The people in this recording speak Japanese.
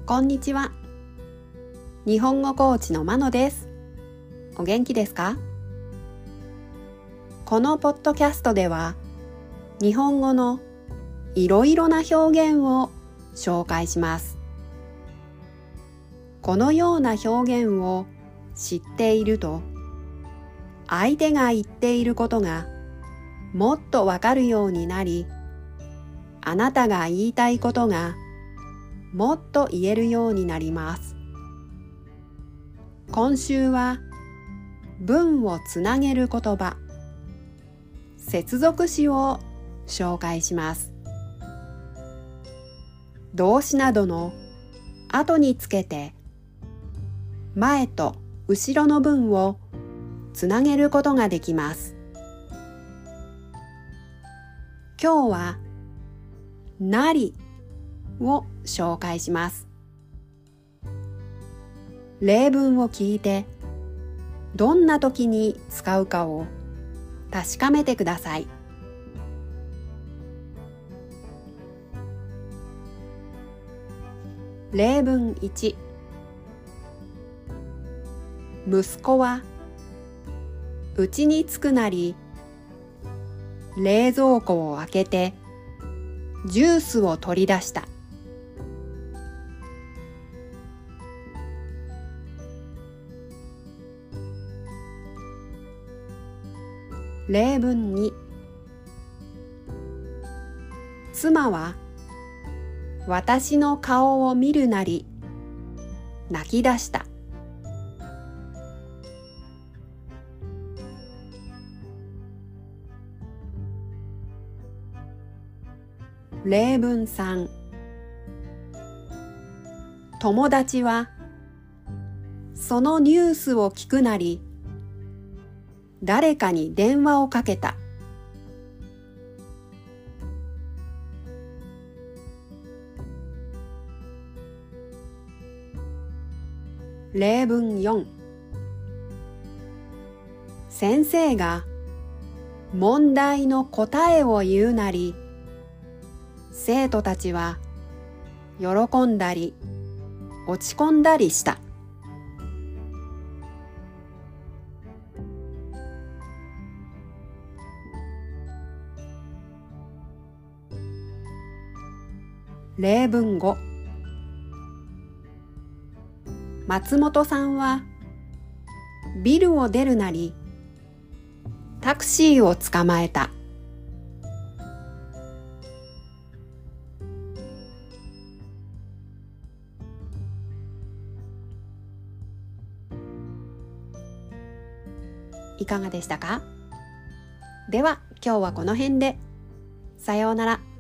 こんにちは。日本語コーチのまのです。お元気ですか？このポッドキャストでは日本語のいろいろな表現を紹介します。このような表現を知っていると、相手が言っていることがもっとわかるようになり、あなたが言いたいことがもっと言えるようになります。今週は文をつなげる言葉、接続詞を紹介します。動詞などの後につけて前と後ろの文をつなげることができます。今日はなりを紹介します。例文を聞いてどんな時に使うかを確かめてください。例文1、息子は家に着くなり冷蔵庫を開けてジュースを取り出した。例文2、妻は私の顔を見るなり泣き出した。例文3、友達はそのニュースを聞くなり誰かに電話をかけた。例文4、先生が問題の答えを言うなり生徒たちは喜んだり落ち込んだりした。例文5、松本さんはビルを出るなりタクシーを捕まえた。いかがでしたか？では今日はこの辺で。さようなら。